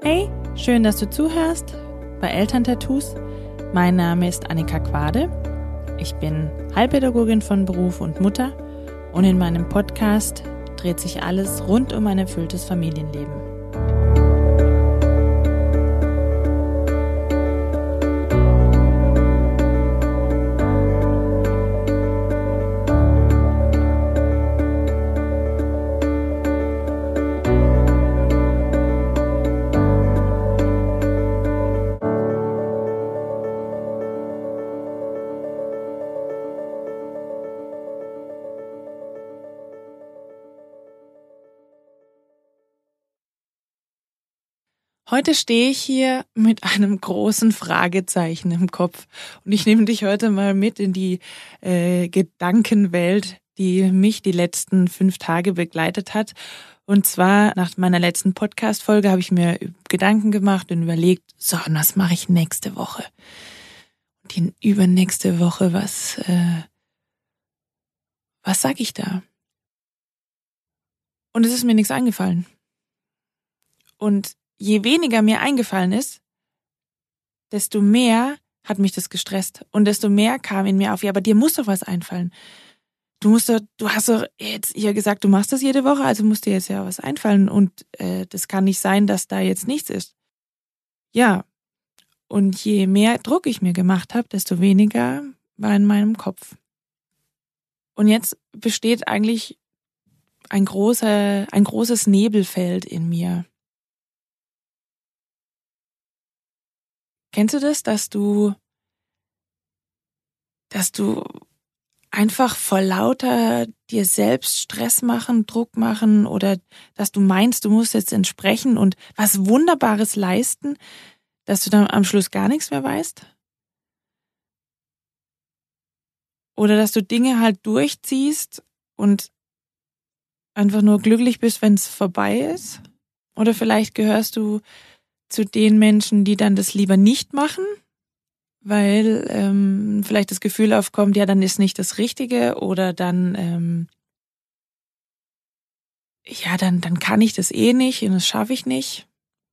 Hey, schön, dass du zuhörst bei Elterntattoos. Mein Name ist Annika Quade. Ich bin Heilpädagogin von Beruf und Mutter und in meinem Podcast dreht sich alles rund um ein erfülltes Familienleben. Heute stehe ich hier mit einem großen Fragezeichen im Kopf und ich nehme dich heute mal mit in die Gedankenwelt, die mich die letzten 5 Tage begleitet hat. Und zwar nach meiner letzten Podcast-Folge habe ich mir Gedanken gemacht und überlegt, so, und was mache ich nächste Woche? Und die übernächste Woche, was sage ich da? Und es ist mir nichts eingefallen. Und je weniger mir eingefallen ist, desto mehr hat mich das gestresst und desto mehr kam in mir auf, ja, aber dir muss doch was einfallen. Du hast doch jetzt hier gesagt, du machst das jede Woche, also muss dir jetzt ja was einfallen und das kann nicht sein, dass da jetzt nichts ist. Ja, und je mehr Druck ich mir gemacht habe, desto weniger war in meinem Kopf. Und jetzt besteht eigentlich ein großes Nebelfeld in mir. Kennst du das, dass du einfach vor lauter dir selbst Stress machen, Druck machen oder dass du meinst, du musst jetzt entsprechen und was Wunderbares leisten, dass du dann am Schluss gar nichts mehr weißt? Oder dass du Dinge halt durchziehst und einfach nur glücklich bist, wenn es vorbei ist? Oder vielleicht gehörst du zu den Menschen, die dann das lieber nicht machen, weil vielleicht das Gefühl aufkommt, ja, dann ist nicht das Richtige oder dann dann kann ich das eh nicht und das schaffe ich nicht.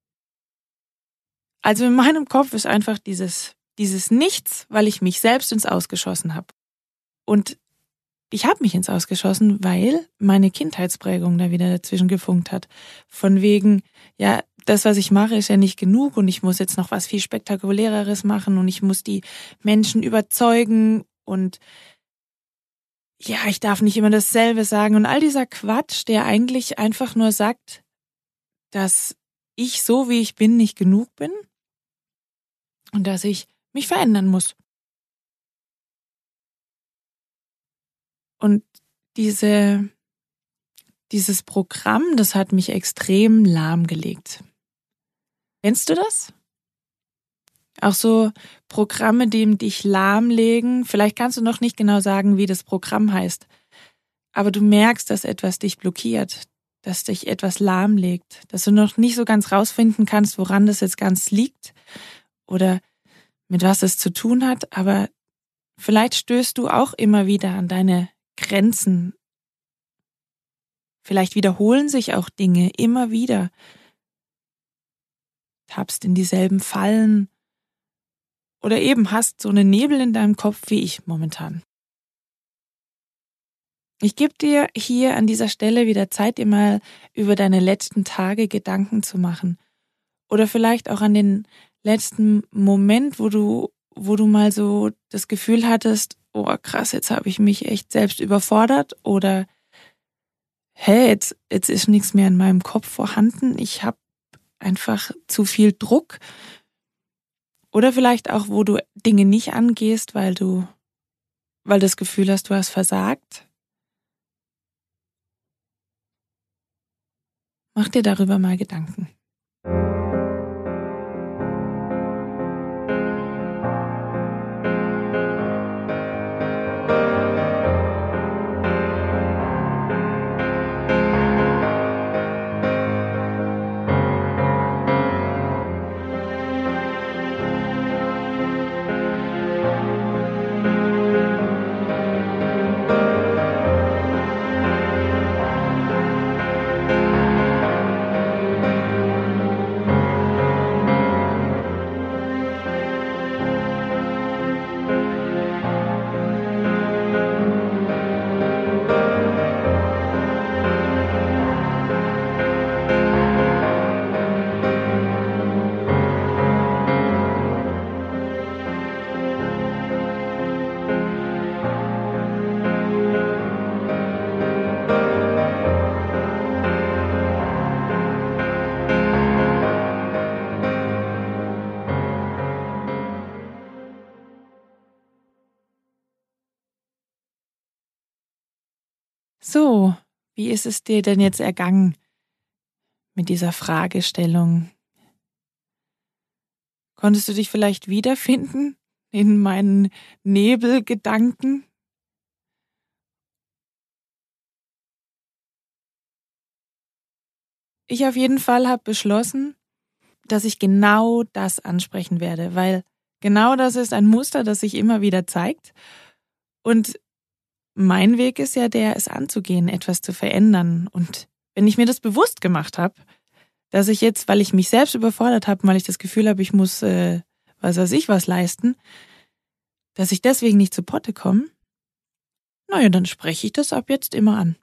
Also in meinem Kopf ist einfach dieses Nichts, weil ich mich selbst ins Ausgeschossen habe. Und ich habe mich ins Ausgeschossen, weil meine Kindheitsprägung da wieder dazwischen gefunkt hat. Von wegen, ja, das, was ich mache, ist ja nicht genug und ich muss jetzt noch was viel Spektakuläreres machen und ich muss die Menschen überzeugen und ja, ich darf nicht immer dasselbe sagen und all dieser Quatsch, der eigentlich einfach nur sagt, dass ich so, wie ich bin, nicht genug bin und dass ich mich verändern muss. Und dieses Programm, das hat mich extrem lahmgelegt. Kennst du das? Auch so Programme, die dich lahmlegen. Vielleicht kannst du noch nicht genau sagen, wie das Programm heißt. Aber du merkst, dass etwas dich blockiert, dass dich etwas lahmlegt, dass du noch nicht so ganz rausfinden kannst, woran das jetzt ganz liegt oder mit was es zu tun hat. Aber vielleicht stößt du auch immer wieder an deine Grenzen. Vielleicht wiederholen sich auch Dinge immer wieder. Tappst in dieselben Fallen oder eben hast so einen Nebel in deinem Kopf wie ich momentan. Ich gebe dir hier an dieser Stelle wieder Zeit, dir mal über deine letzten Tage Gedanken zu machen. Oder vielleicht auch an den letzten Moment, wo du mal so das Gefühl hattest, oh krass, jetzt habe ich mich echt selbst überfordert oder hey, jetzt ist nichts mehr in meinem Kopf vorhanden, ich habe einfach zu viel Druck. Oder vielleicht auch, wo du Dinge nicht angehst, weil du das Gefühl hast, du hast versagt. Mach dir darüber mal Gedanken. ist es dir denn jetzt ergangen mit dieser Fragestellung? Konntest du dich vielleicht wiederfinden in meinen Nebelgedanken? Ich auf jeden Fall habe beschlossen, dass ich genau das ansprechen werde, weil genau das ist ein Muster, das sich immer wieder zeigt. Und mein Weg ist ja der, es anzugehen, etwas zu verändern. Und wenn ich mir das bewusst gemacht habe, dass ich jetzt, weil ich mich selbst überfordert habe, weil ich das Gefühl habe, ich muss was leisten, dass ich deswegen nicht zu Potte komme, naja, dann spreche ich das ab jetzt immer an.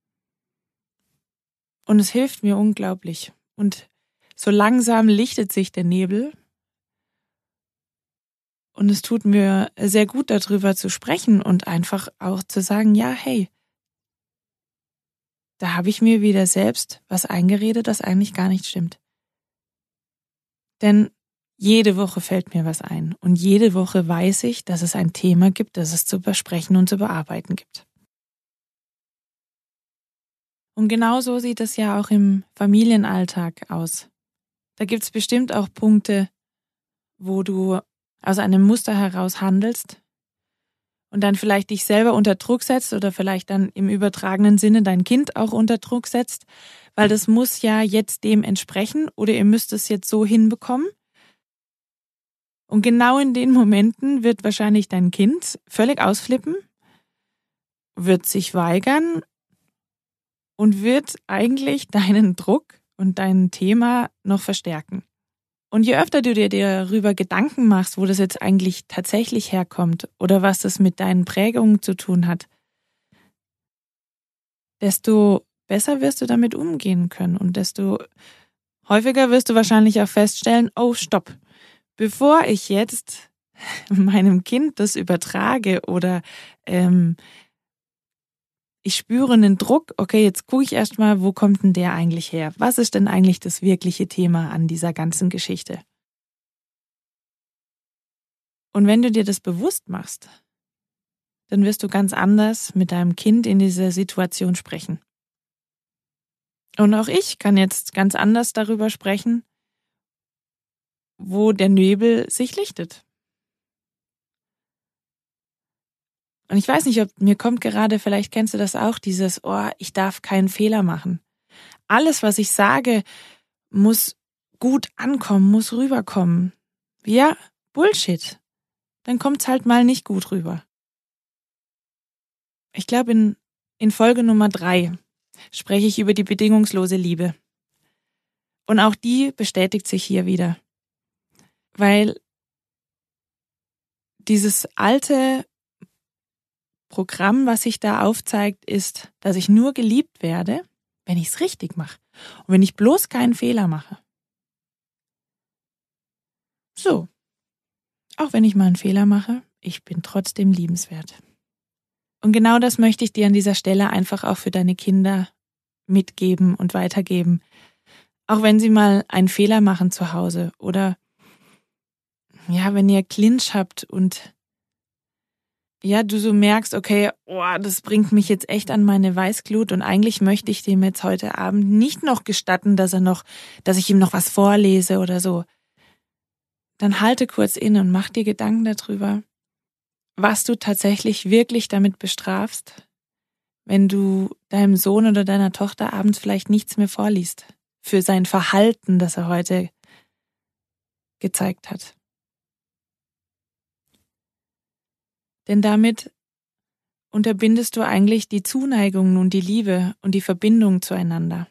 Und es hilft mir unglaublich. Und so langsam lichtet sich der Nebel. Und es tut mir sehr gut, darüber zu sprechen und einfach auch zu sagen, ja, hey, da habe ich mir wieder selbst was eingeredet, das eigentlich gar nicht stimmt. Denn jede Woche fällt mir was ein. Und jede Woche weiß ich, dass es ein Thema gibt, das es zu besprechen und zu bearbeiten gibt. Und genau so sieht es ja auch im Familienalltag aus. Da gibt es bestimmt auch Punkte, wo du aus einem Muster heraus handelst und dann vielleicht dich selber unter Druck setzt oder vielleicht dann im übertragenen Sinne dein Kind auch unter Druck setzt, weil das muss ja jetzt dem entsprechen oder ihr müsst es jetzt so hinbekommen. Und genau in den Momenten wird wahrscheinlich dein Kind völlig ausflippen, wird sich weigern und wird eigentlich deinen Druck und dein Thema noch verstärken. Und je öfter du dir darüber Gedanken machst, wo das jetzt eigentlich tatsächlich herkommt oder was das mit deinen Prägungen zu tun hat, desto besser wirst du damit umgehen können und desto häufiger wirst du wahrscheinlich auch feststellen, oh, stopp, bevor ich jetzt meinem Kind das übertrage oder ich spüre einen Druck, okay, jetzt gucke ich erstmal, wo kommt denn der eigentlich her? Was ist denn eigentlich das wirkliche Thema an dieser ganzen Geschichte? Und wenn du dir das bewusst machst, dann wirst du ganz anders mit deinem Kind in dieser Situation sprechen. Und auch ich kann jetzt ganz anders darüber sprechen, wo der Nebel sich lichtet. Und ich weiß nicht, ob mir kommt gerade, vielleicht kennst du das auch, dieses, oh, ich darf keinen Fehler machen. Alles, was ich sage, muss gut ankommen, muss rüberkommen. Ja, Bullshit. Dann kommt's halt mal nicht gut rüber. Ich glaube, in Folge Nummer 3 spreche ich über die bedingungslose Liebe. Und auch die bestätigt sich hier wieder. Weil dieses alte Programm, was sich da aufzeigt, ist, dass ich nur geliebt werde, wenn ich es richtig mache. Und wenn ich bloß keinen Fehler mache. So. Auch wenn ich mal einen Fehler mache, ich bin trotzdem liebenswert. Und genau das möchte ich dir an dieser Stelle einfach auch für deine Kinder mitgeben und weitergeben. Auch wenn sie mal einen Fehler machen zu Hause oder ja, wenn ihr Clinch habt und ja, du so merkst, okay, oh, das bringt mich jetzt echt an meine Weißglut und eigentlich möchte ich dem jetzt heute Abend nicht noch gestatten, dass ich ihm noch was vorlese oder so. Dann halte kurz inne und mach dir Gedanken darüber, was du tatsächlich wirklich damit bestrafst, wenn du deinem Sohn oder deiner Tochter abends vielleicht nichts mehr vorliest für sein Verhalten, das er heute gezeigt hat. Denn damit unterbindest du eigentlich die Zuneigung und die Liebe und die Verbindung zueinander.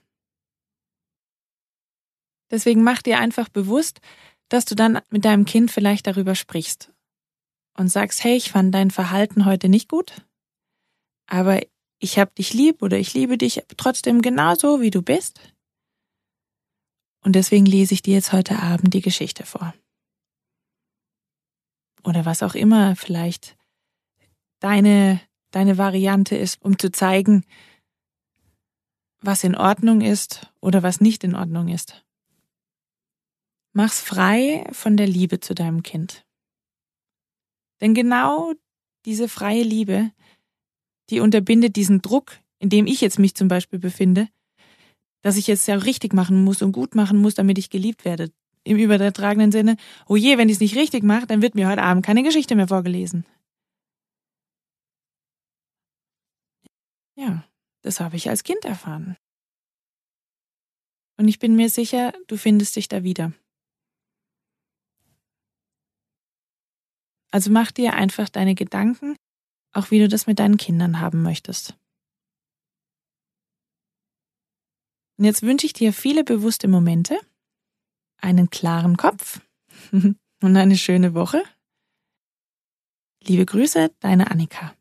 Deswegen mach dir einfach bewusst, dass du dann mit deinem Kind vielleicht darüber sprichst und sagst, hey, ich fand dein Verhalten heute nicht gut, aber ich hab dich lieb oder ich liebe dich trotzdem genauso, wie du bist. Und deswegen lese ich dir jetzt heute Abend die Geschichte vor. Oder was auch immer vielleicht deine Variante ist, um zu zeigen, was in Ordnung ist oder was nicht in Ordnung ist. Mach's frei von der Liebe zu deinem Kind. Denn genau diese freie Liebe, die unterbindet diesen Druck, in dem ich jetzt mich zum Beispiel befinde, dass ich jetzt ja richtig machen muss und gut machen muss, damit ich geliebt werde. Im übertragenen Sinne, oh je, wenn ich es nicht richtig mache, dann wird mir heute Abend keine Geschichte mehr vorgelesen. Ja, das habe ich als Kind erfahren. Und ich bin mir sicher, du findest dich da wieder. Also mach dir einfach deine Gedanken, auch wie du das mit deinen Kindern haben möchtest. Und jetzt wünsche ich dir viele bewusste Momente, einen klaren Kopf und eine schöne Woche. Liebe Grüße, deine Annika.